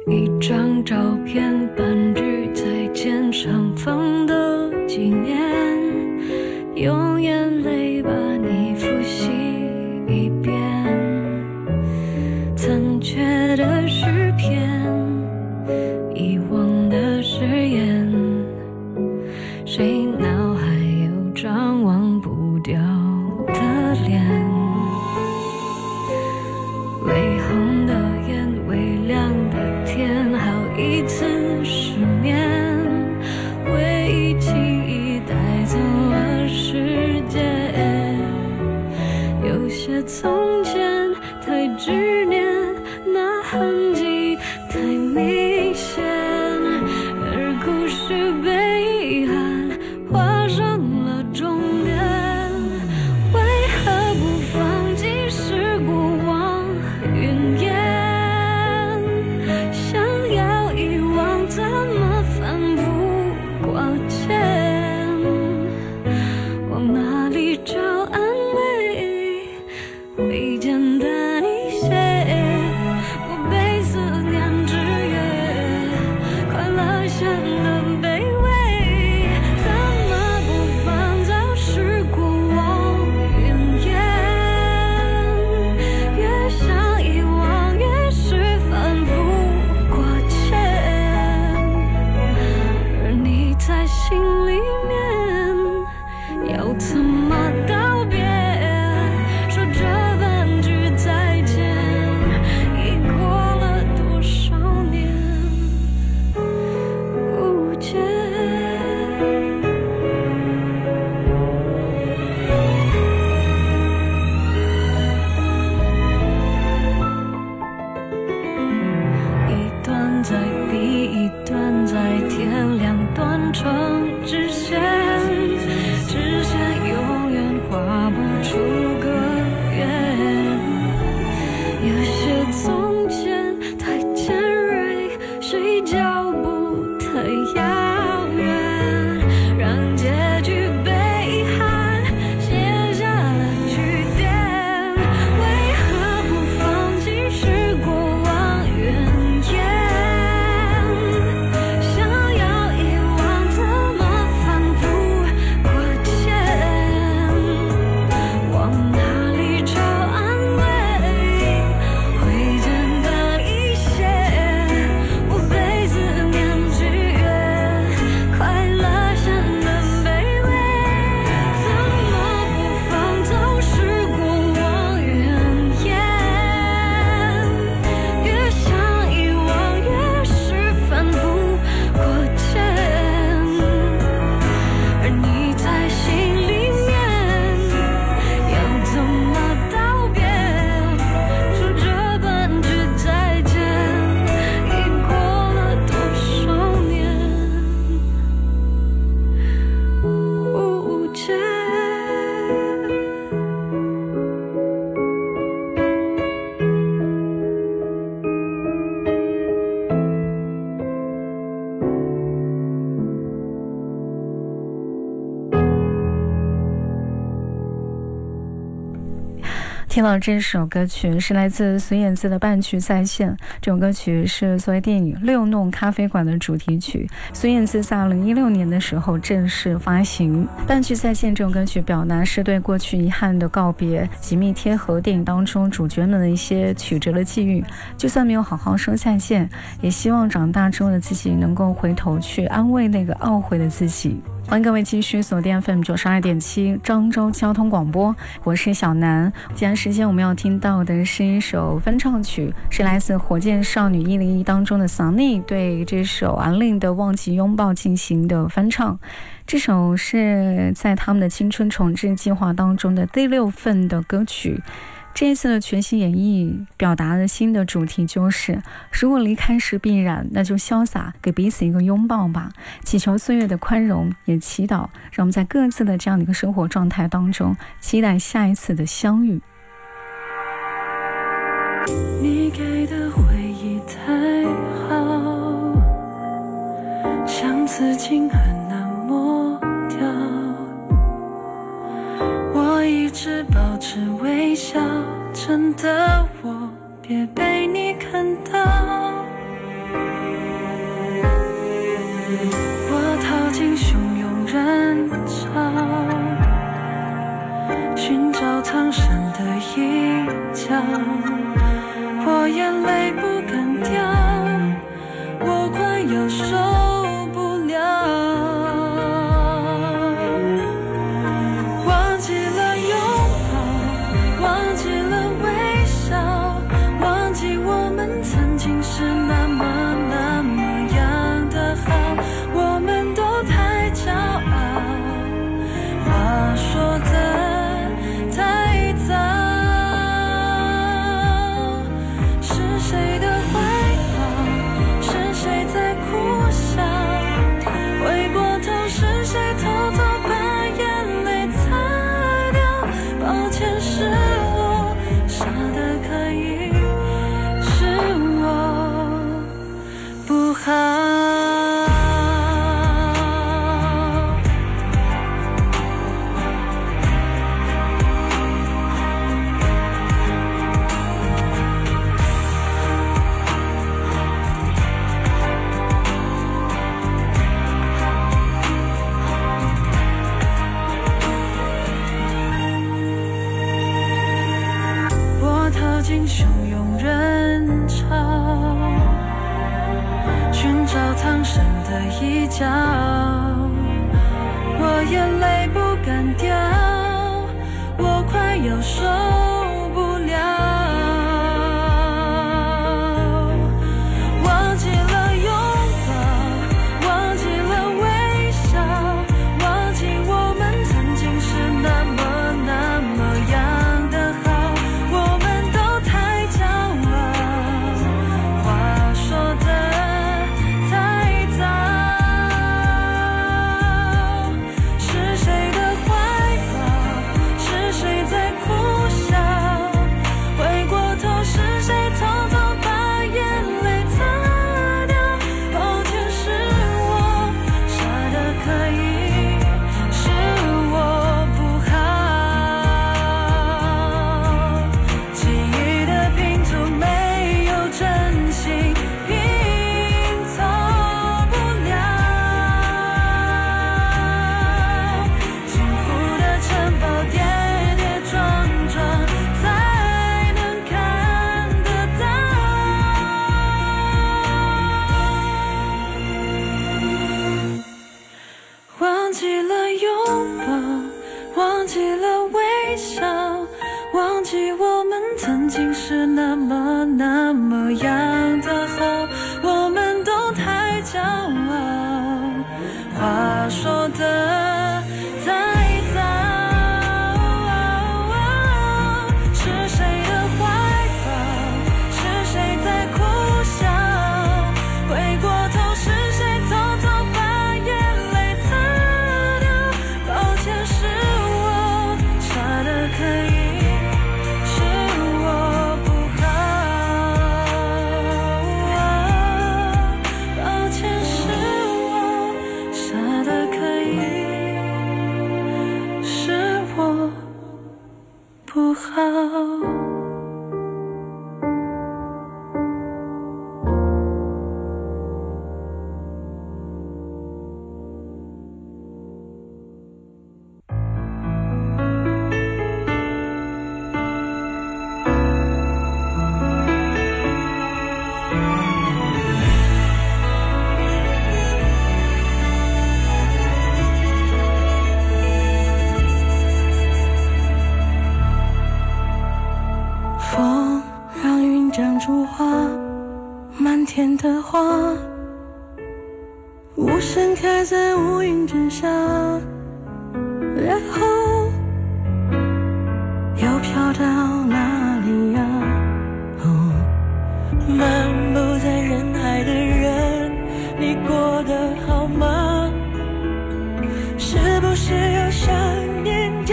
一张照片半句再见上方的纪念，用眼泪把你复习一遍，残缺的诗篇，遗忘的誓言，谁脑海有张忘不掉的脸，微红的眼，微亮的天，好一次失眠，回忆轻易带走了时间，有些从前太执念，那痕迹太明显，而故事被遗憾画上了终点，为何不放弃是过往云烟，想要遗忘怎么反复挂牵，往哪里找安慰，会简单一些，不被思念制约，快乐显得卑微，怎么不放早是过往云烟，越想遗忘越是反复挂牵，而你在心里面要怎么道别，说这半句再见，已过了多少年，无解。一段在比一段在天，两段成直线，直线永远画不出个圆，有些从前太尖锐，谁脚步太遥远，让结局被遗憾写下了句点，为何不放弃是过往云烟，想要遗忘怎么反复挂牵，往哪里找安慰，会简单一些，不被思念制约，快乐显得卑微，怎么不放走是过往云烟，越想遗忘越是反复挂牵，而你在心里面要怎么道别，说这半句再见，已过了多少年，无解。 听到这首歌曲是来自孙燕姿的《半句再见》，这首歌曲是作为电影《六弄咖啡馆》的主题曲。孙燕姿在2016年的时候正式发行《半句再见》这首歌曲，表达是对过去遗憾的告别，紧密贴合电影当中主角们的一些曲折的际遇。就算没有好好说再见，也希望长大之后的自己能够回头去安慰那个懊悔的自己。欢迎各位继续锁定 FM 92.7漳州交通广播，我是小南。既然时间我们要听到的是一首翻唱曲，是来自火箭少女101当中的 Sunny 对这首安令的忘记拥抱进行的翻唱。这首是在他们的青春重置计划当中的第6份的歌曲。这一次的全新演绎表达的新的主题就是，如果离开是必然，那就潇洒给彼此一个拥抱吧，祈求岁月的宽容，也祈祷让我们在各自的这样的一个生活状态当中，期待下一次的相遇。 你给的回忆太好，像刺青很难抹掉，我一直保持微笑，真的我别被你看到， 寻找藏身的一角，我眼泪不敢掉，我快要受不了。忘记了拥抱，忘记了微笑，忘记我们曾经是那么样的好，我们都太骄傲，话说的太早，是谁的怀抱，是谁在哭笑，回过头是谁偷偷把眼泪擦掉，抱歉是我傻得可以，是我不好。进汹涌人潮，寻找藏身的一角，我眼泪不敢掉，我快要受不了。忘记了拥抱，忘记了微笑，忘记我们曾经是那么样的好，忘记了拥抱，忘记了微笑，忘记我们曾经是那么样的好，我们都太骄傲，话说的太早，是谁的怀抱，是谁在哭笑，回过头是谁偷偷把眼泪擦掉，抱歉是我傻得可以，是我不好，抱歉是我傻得可以，是我不好。风让云长出花，满天的花无声开在乌云之下，然后又飘到哪里呀？漫步在人海的人，你过得好吗？是不是又想念着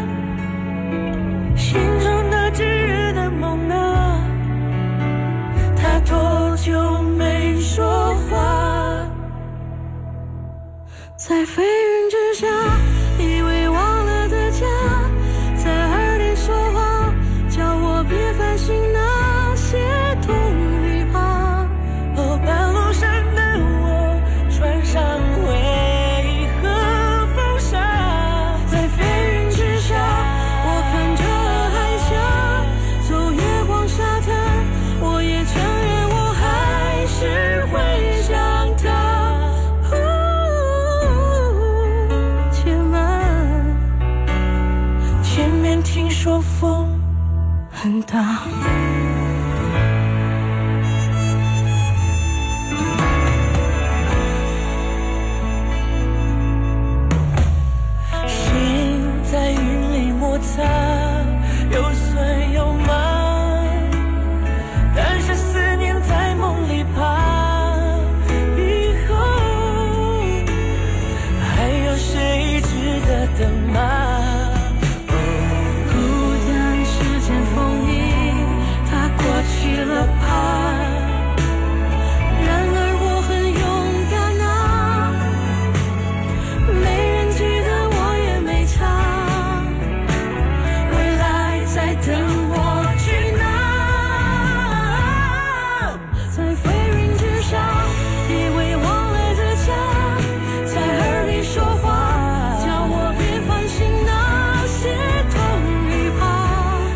心中那炙热的梦啊？他多久没说话？在飞云之下，以为忘了的家，在耳边说话，叫我别烦心那些痛与怕。哦，半路上的我穿上为何风沙？在飞云之下，我很大。心在云里摩擦，有酸有麻，但是思念在梦里爬，以后还有谁值得等吗？起了怕，然而我很勇敢啊，没人记得我也没差，未来在等我去拿，在飞云之上，以为忘了的家，在耳里说话，叫我别放心那些痛与怕。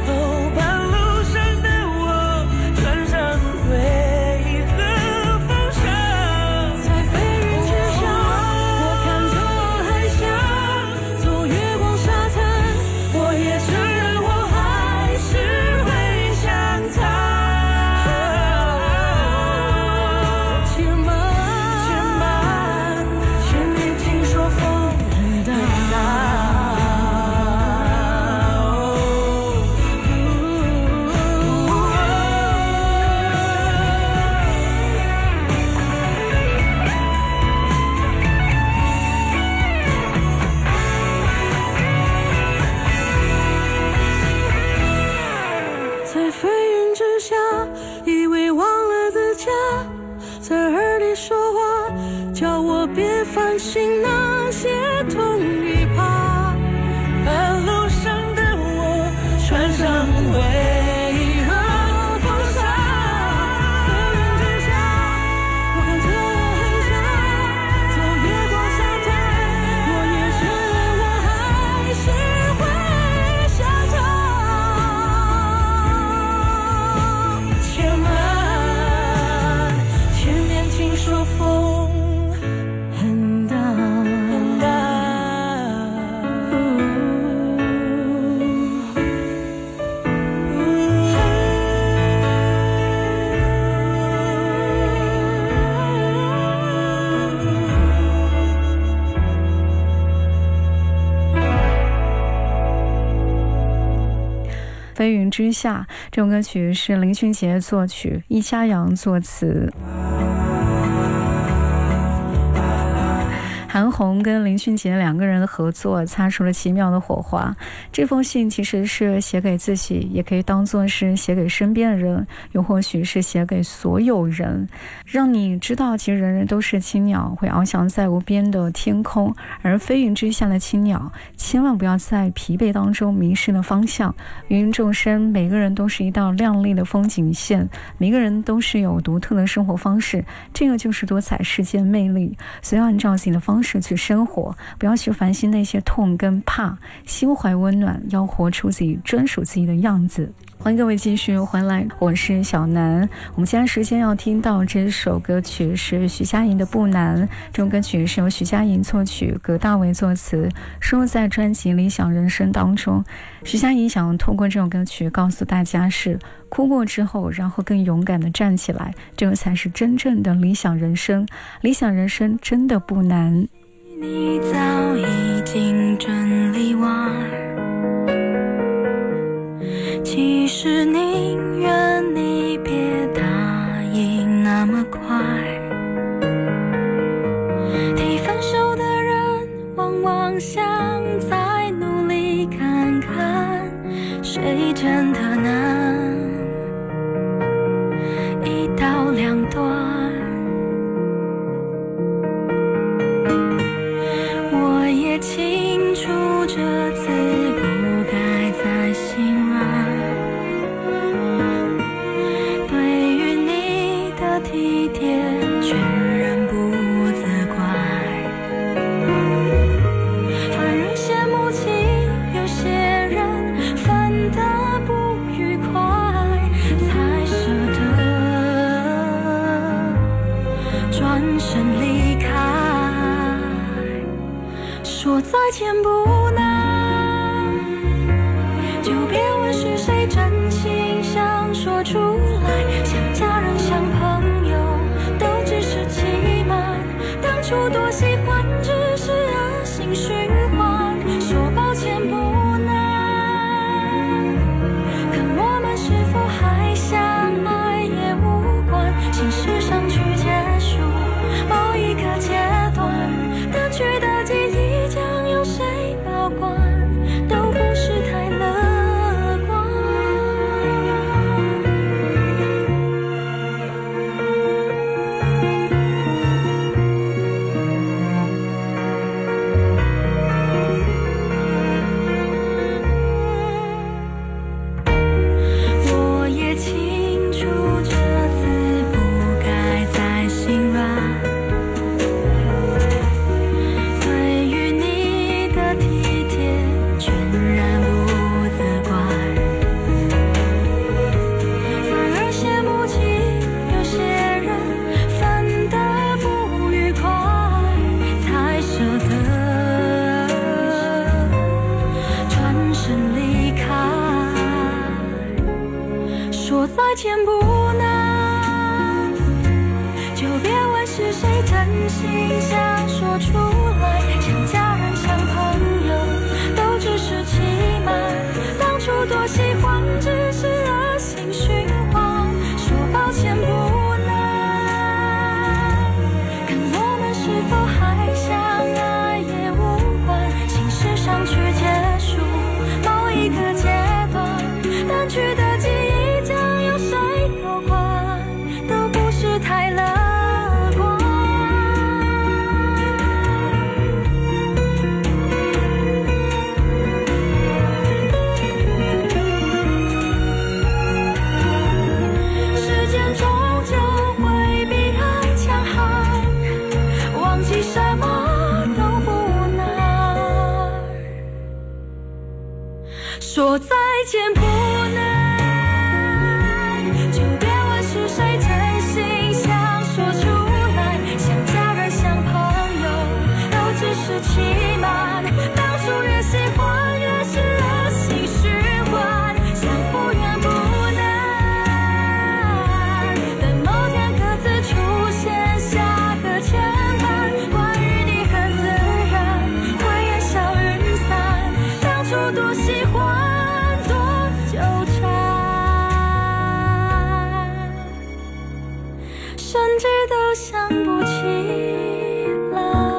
在飞云之下，以为忘了的家，在耳里说话，叫我别放心那些痛与怕。半路上的我，穿上为何风沙。飞云之下，我看着我很傻，走越过沙滩，我也承认我还是会想家。前面听说风很大很大， 飞云之下这首歌曲是林俊杰作曲，易家扬作词。韩红跟林俊杰两个人的合作擦出了奇妙的火花。这封信其实是写给自己，也可以当作是写给身边的人，又或许是写给所有人，让你知道其实人人都是青鸟，会翱翔在无边的天空，而飞云之下的青鸟千万不要在疲惫当中迷失了方向。芸芸众生，每个人都是一道亮丽的风景线，每个人都是有独特的生活方式，这个就是多彩世界魅力。所以要按照自己的方式去生活，不要去烦心那些痛跟怕，心怀温暖，要活出自己专属自己的样子。欢迎各位继续回来，我是小南。我们现在时间要听到这首歌曲是徐佳莹的《不难》，这首歌曲是由徐佳莹作曲，葛大为作词，收录在专辑《理想人生》当中。徐佳莹想通过这首歌曲告诉大家是哭过之后，然后更勇敢地站起来，这个才是真正的理想人生。理想人生真的不难。 你早已经整理完，其实宁愿你别答应那么快。提分手的人往往想再努力看看，谁真的能一刀两断。我也清楚这次不该再心软，对于你的体贴全然不责怪。反正羡慕起有些人分得不愉快，才舍得转身离开。说再见不难，就别问是谁真心再见不难，就别问是谁真心想说出来，像家人像朋友都只是欺瞒，当初多喜欢只是恶性循环，说抱歉不难，看我们是否还相爱也无关，形式上去结束某一个阶段，但去的记忆将有谁有关，都不是太乐观。时间终究会比爱强悍，忘记什么都不难，说再见不难，就别问是谁真心想说出来，像家人像朋友都只是欺瞒，当初越喜欢越是恶性循环，想复原不难，等某天各自出现下个牵绊，关于你很自然会烟消云散，当初多喜欢多纠缠，甚至都想不起来。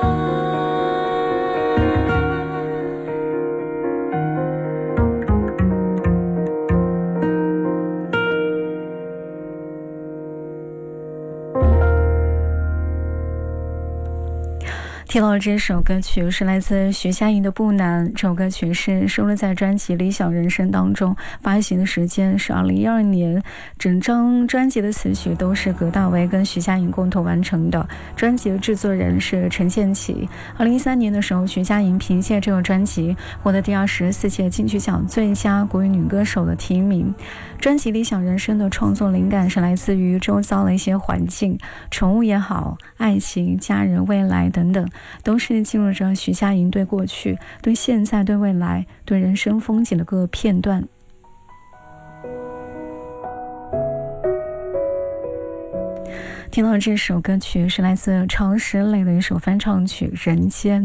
听到这首歌曲是来自徐佳莹的《不难》，这首歌曲是收录在专辑《理想人生》当中，发行的时间是2012年。整张专辑的词曲都是葛大为跟徐佳莹共同完成的，专辑的制作人是陈建奇。2013年的时候，徐佳莹凭借这个专辑获得第24届金曲奖最佳国语女歌手的提名。专辑《理想人生》的创作灵感是来自于周遭的一些环境，宠物也好，爱情、家人、未来等等，都是记录着徐佳莹对过去、对现在、对未来、对人生风景的各个片段。听到这首歌曲是来自常石磊的一首翻唱曲《人间》。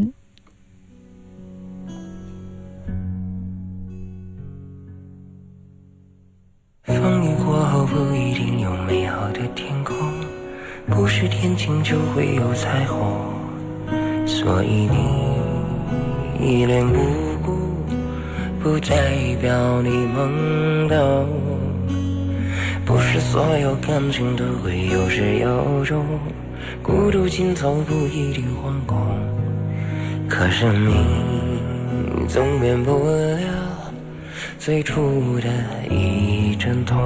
风雨过后不一定有美好的天空，不是天晴就会有彩虹，所以你一脸无辜不代表你懵懂，不是所有感情都会有始有终，孤独尽头不一定惶恐，可是你总免不了最初的一阵痛。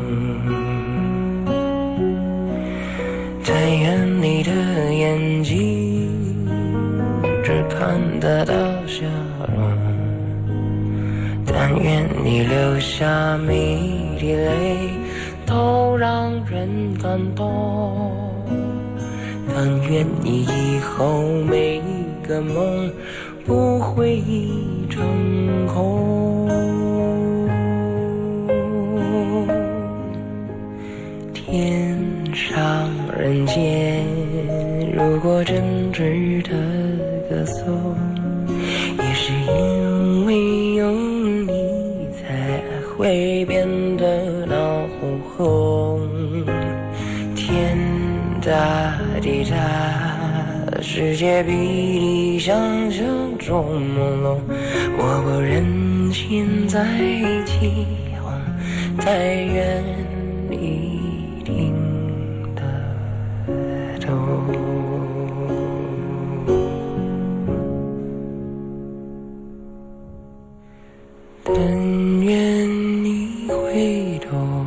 但愿你的眼睛只看得到笑容，但愿你流下每滴泪都让人感动，但愿你以后每个梦不会成空。天上人间，如果真值得歌颂，也是因为有你才会变得闹哄哄。天大地大，世界比你想象中朦胧，我不忍心再起哄，但愿你听得懂。但愿你会懂，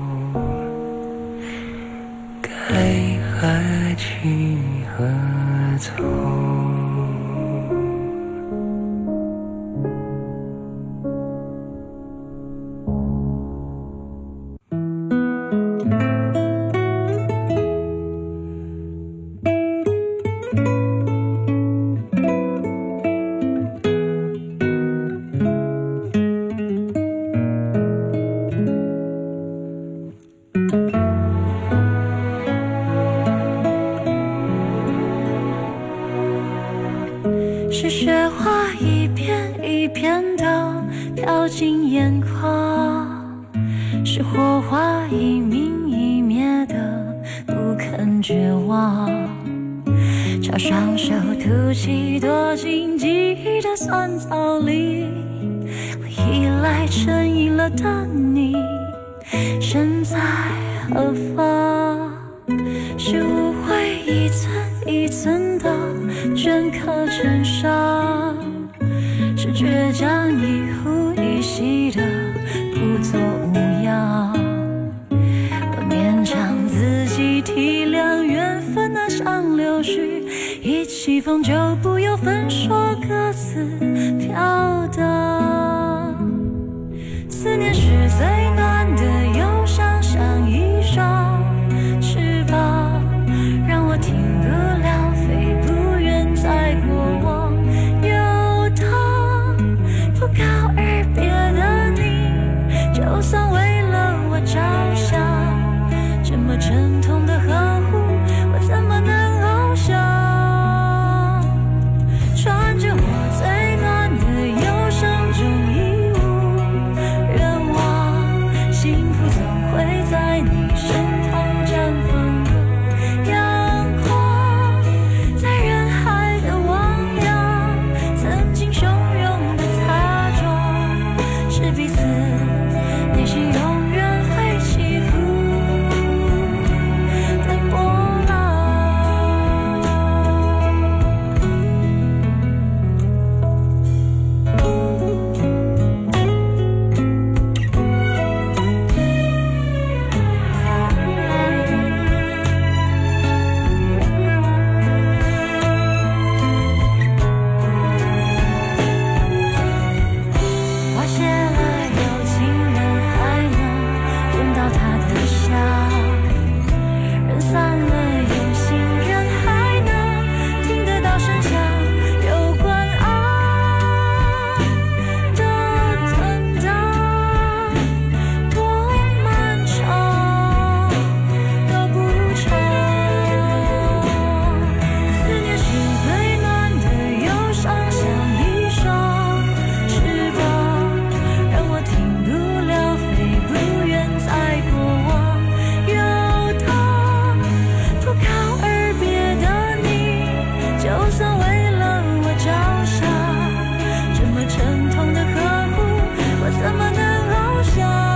该何去何从。 是雪花一片一片的飘进眼眶，是火花一明一灭的不肯绝望，插上手吐气躲进记忆的酸草里，我依赖成瘾了的你身在何方？是误会一寸一寸的镌刻成伤，是倔强一呼一吸的不作无恙，我勉强自己体谅缘分那像流絮，一起风就不由分说各自飘荡。思念是最暖的忧伤，像一双翅膀，让我停不了飞，不愿在过往游荡。不告而别的你，就算为了我着想，这么沉痛的呵护，我怎么能翱翔？穿着我最暖的忧伤中义无愿望，幸福总会在你身旁绽放的阳光，在人海的汪洋，曾经汹涌的擦撞，是彼此内心永远会起伏的波浪。我写了有情人还能闻到他的香，人散了有心人还能听得到声响，有关爱的存档多漫长都不长，思念是最暖的忧伤，像一双翅膀，让我停不了飞，不愿在过往游荡。不告而别的你，就算为了我着想，这么沉痛的呵护，我怎么能翱翔？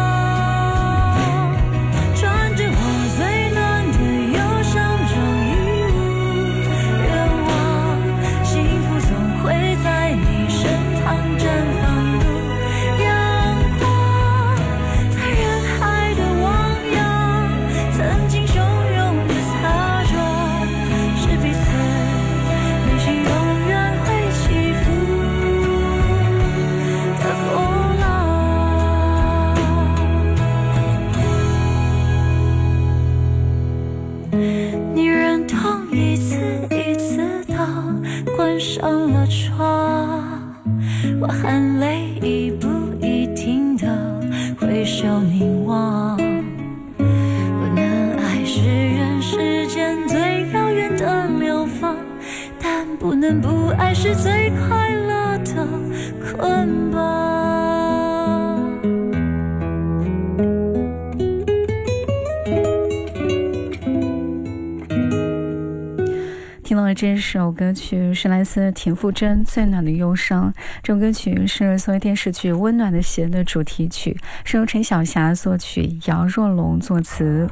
穿着我最暖的忧伤中义无愿望，幸福总会在你身旁绽放的阳光，在人海的汪洋，曾经汹涌的擦撞，是彼此内心永远会起伏的波浪。你忍痛一次一次地关上了窗，我含泪一步一停地挥手凝望。不能爱是人世间最遥远的流放，但不能不爱是最快乐的捆绑。 听到的这首歌曲是来自田馥甄《最暖的忧伤》，这首歌曲是所谓电视剧《温暖的鞋》的主题曲，是由陈小霞作曲，姚若龙作词。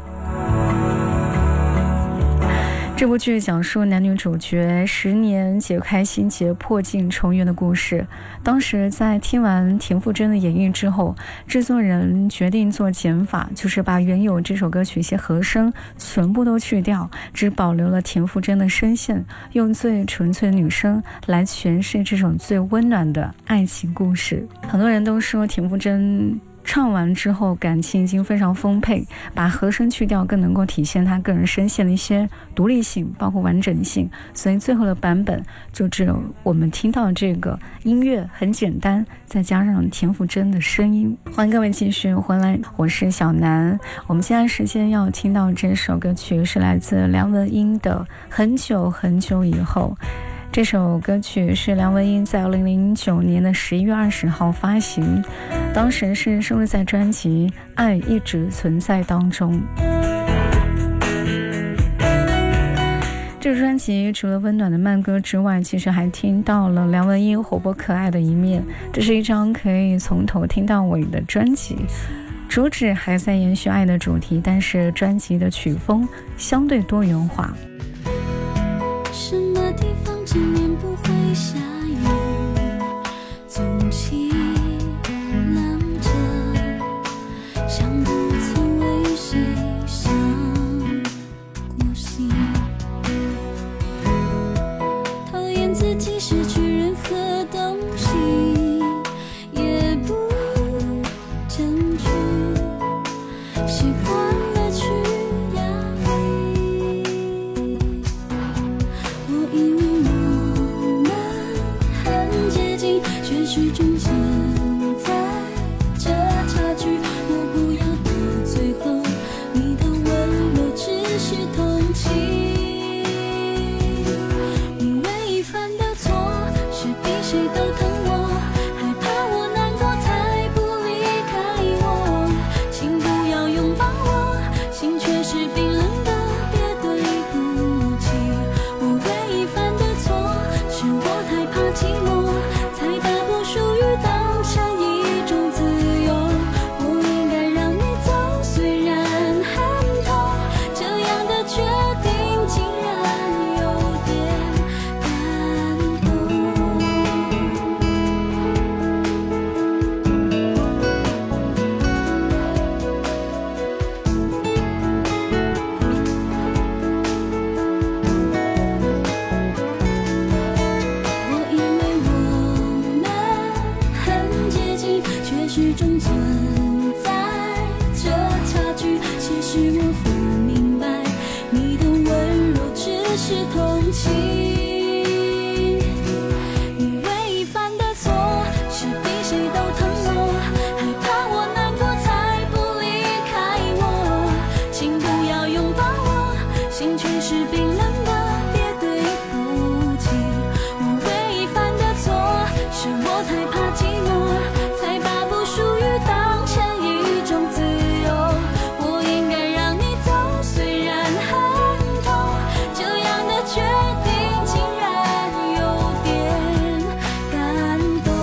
这部剧讲述男女主角10年解开心结、破镜重圆的故事。当时在听完田馥甄的演绎之后，制作人决定做减法，就是把原有这首歌曲一些和声全部都去掉，只保留了田馥甄的声线，用最纯粹的女声来诠释这种最温暖的爱情故事。很多人都说田馥甄唱完之后感情已经非常丰沛，把和声去掉更能够体现他个人声线的一些独立性包括完整性，所以最后的版本就只有我们听到这个音乐很简单，再加上田馥甄的声音。欢迎各位继续回来，我是小南。我们现在时间要听到这首歌曲是来自梁文音的《很久很久以后》。 这首歌曲是梁文音在2009年的11月20号发行，当时是收录在专辑《爱一直存在》当中。这个专辑除了温暖的慢歌之外，其实还听到了梁文音活泼可爱的一面。这是一张可以从头听到尾的专辑，主旨还在延续爱的主题，但是专辑的曲风相对多元化。 什么地方今年不会下雨？总气冷着，像不曾为谁伤过心。讨厌自己失去任何东西，也不争取，习惯了去压抑。我以为我们很接近，却始终存在这差距。我不要到最后，你的温柔只是同情。你唯一犯的错是比谁都疼我，害怕我难过才不离开我。请不要拥抱我，心却是冰冷的，别对不起。我唯一犯的错是我太怕寂寞，才把不属于当成一种自由。我应该让你走，虽然很痛，这样的决定竟然有点感动。我以为我们很接近，却始终存在这差距。其实我不明白，你的温柔只是同情。你唯一犯的错是比谁都疼我，害怕我难过才不离开我。请不要拥抱我，心却是冰冷的，别对不起。我唯一犯的错是我太怕寂寞，才把不属于当成一种自由。我应该让你走，虽然很痛，这样的决定竟然有点感动。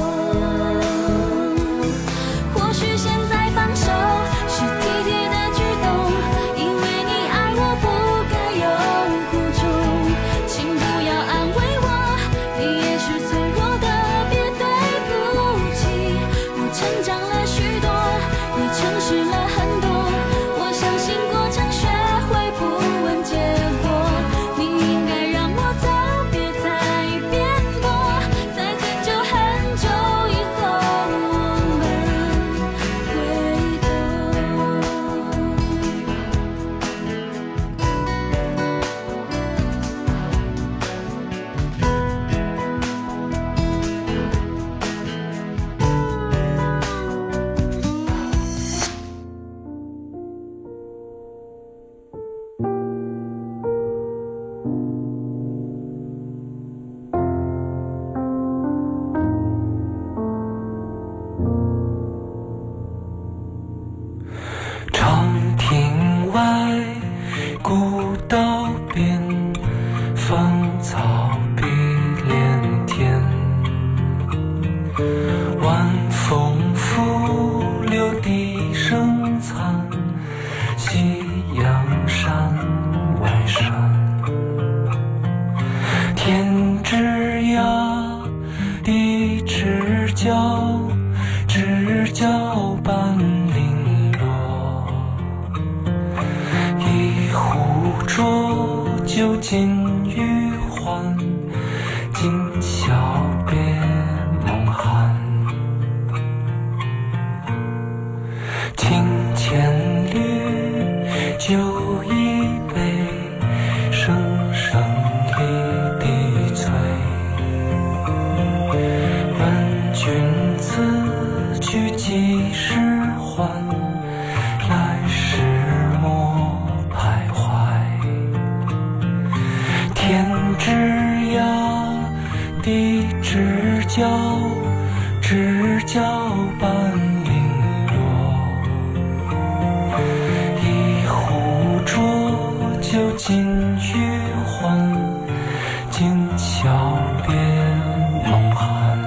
或许现在放手是体贴的举动，因为你爱我不该有苦衷。请不要安慰我，你也是脆弱的，别对不起。我成长了许多，也诚实了很多，我相信过程学会不问结果。你应该让我走，别再辩驳，在很久很久以后我们回头。 长亭外，古道边，芳草碧连天。晚风拂柳笛声残，夕阳山外山。天之涯，地之角，知交半零落。一壶浊酒尽余欢，今宵别梦寒。情千缕，酒一杯，声声一滴醉。问君此去几时还？来时莫徘徊。天之涯， 的知交，知交半零落。一壶浊酒尽余欢，今宵别梦寒。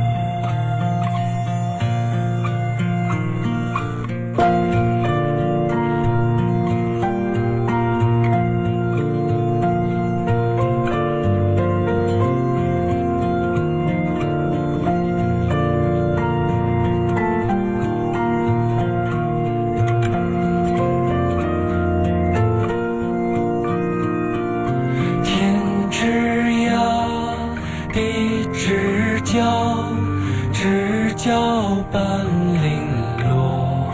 知交半零落。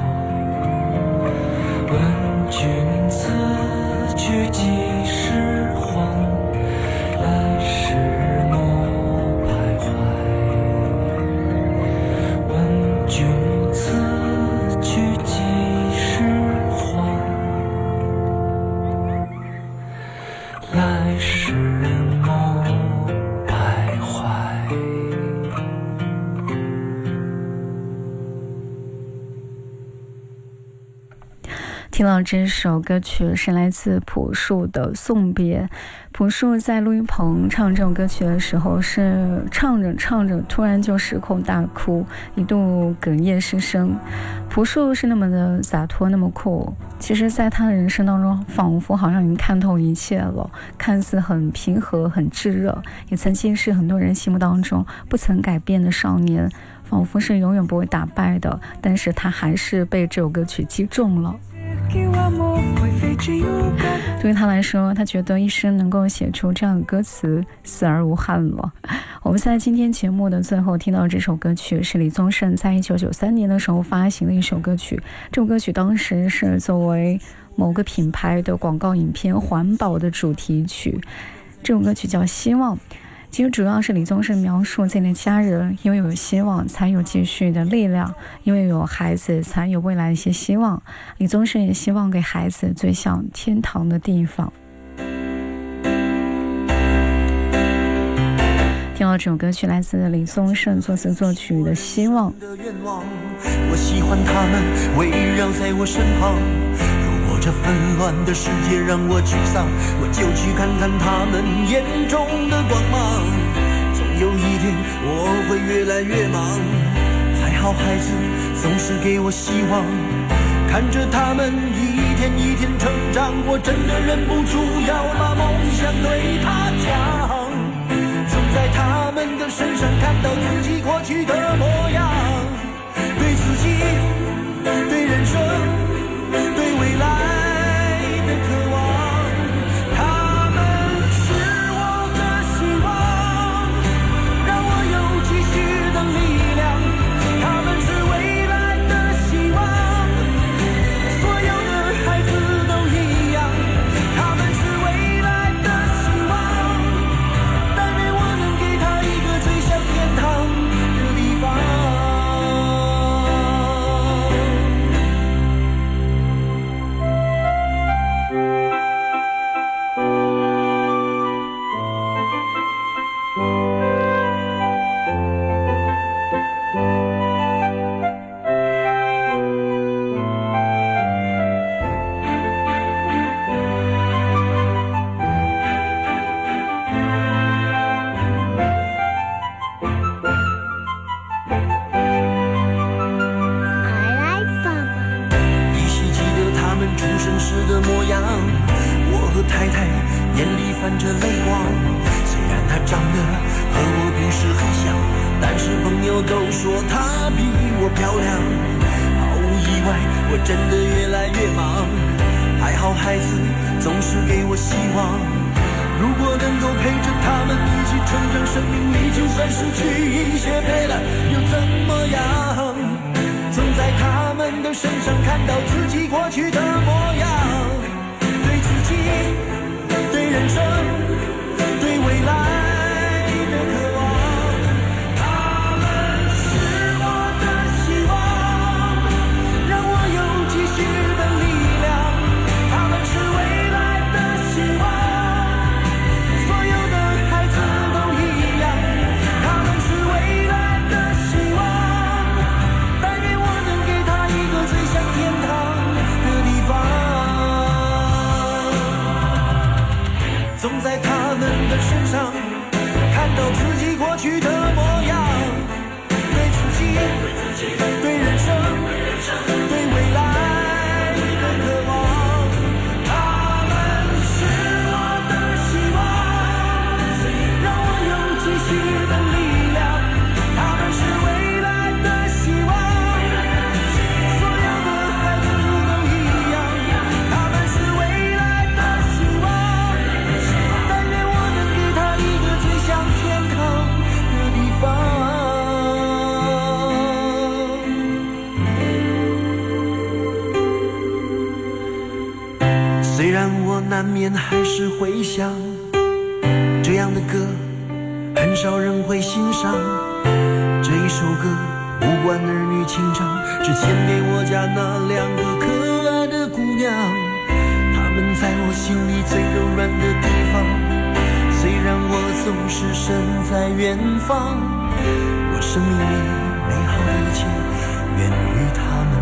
问君此去几时还？来时莫徘徊。问君此去几时还？来时莫徘徊。 听到这首歌曲是来自朴树的《送别》。朴树在录音棚唱这首歌曲的时候，是唱着唱着突然就失控大哭，一度哽咽失声。朴树是那么的洒脱，那么酷，其实在他的人生当中仿佛好像已经看透一切了，看似很平和很炙热，也曾经是很多人心目当中不曾改变的少年，仿佛是永远不会打败的，但是他还是被这首歌曲击中了。对于他来说，他觉得一生能够写出这样的歌词，死而无憾了。我们在今天节目的最后听到这首歌曲，是李宗盛在1993年的时候发行的一首歌曲。这首歌曲当时是作为某个品牌的广告影片环保的主题曲。这首歌曲叫《希望》。其实主要是李宗盛描述自己的家人，因为有希望才有继续的力量，因为有孩子才有未来的一些希望。李宗盛也希望给孩子最像天堂的地方。听到这首歌曲来自李宗盛作词作曲的《希望》。 我喜欢他们围绕在我身旁，这纷乱的世界让我沮丧，我就去看看他们眼中的光芒。总有一天我会越来越忙，还好孩子总是给我希望，看着他们一天一天成长，我真的忍不住要把梦想对他讲。总在他们的身上看到自己过去的模样，对自己，对人生，对未来身上看到自己过去的模样，对自己，对人生，对未来的渴望。他们是我的希望，让我有继续的力量。他们是未来的希望，所有的孩子都一样。 总在他们的身上看到自己过去的模样，对自己，对人生，对未来的渴望。他们是我的希望，让我有继续的力量。他们是未来的希望，所有的孩子都一样。他们是未来的希望，但愿我能给他一个最像天堂的地方。虽然我难免还是会想，这样的歌很少人会欣赏。这一首歌无关儿女情长，只献给我家那两个可爱的姑娘。她们在我心里最柔软的地方，虽然我总是身在远方，我生命里美好的一切源于她们。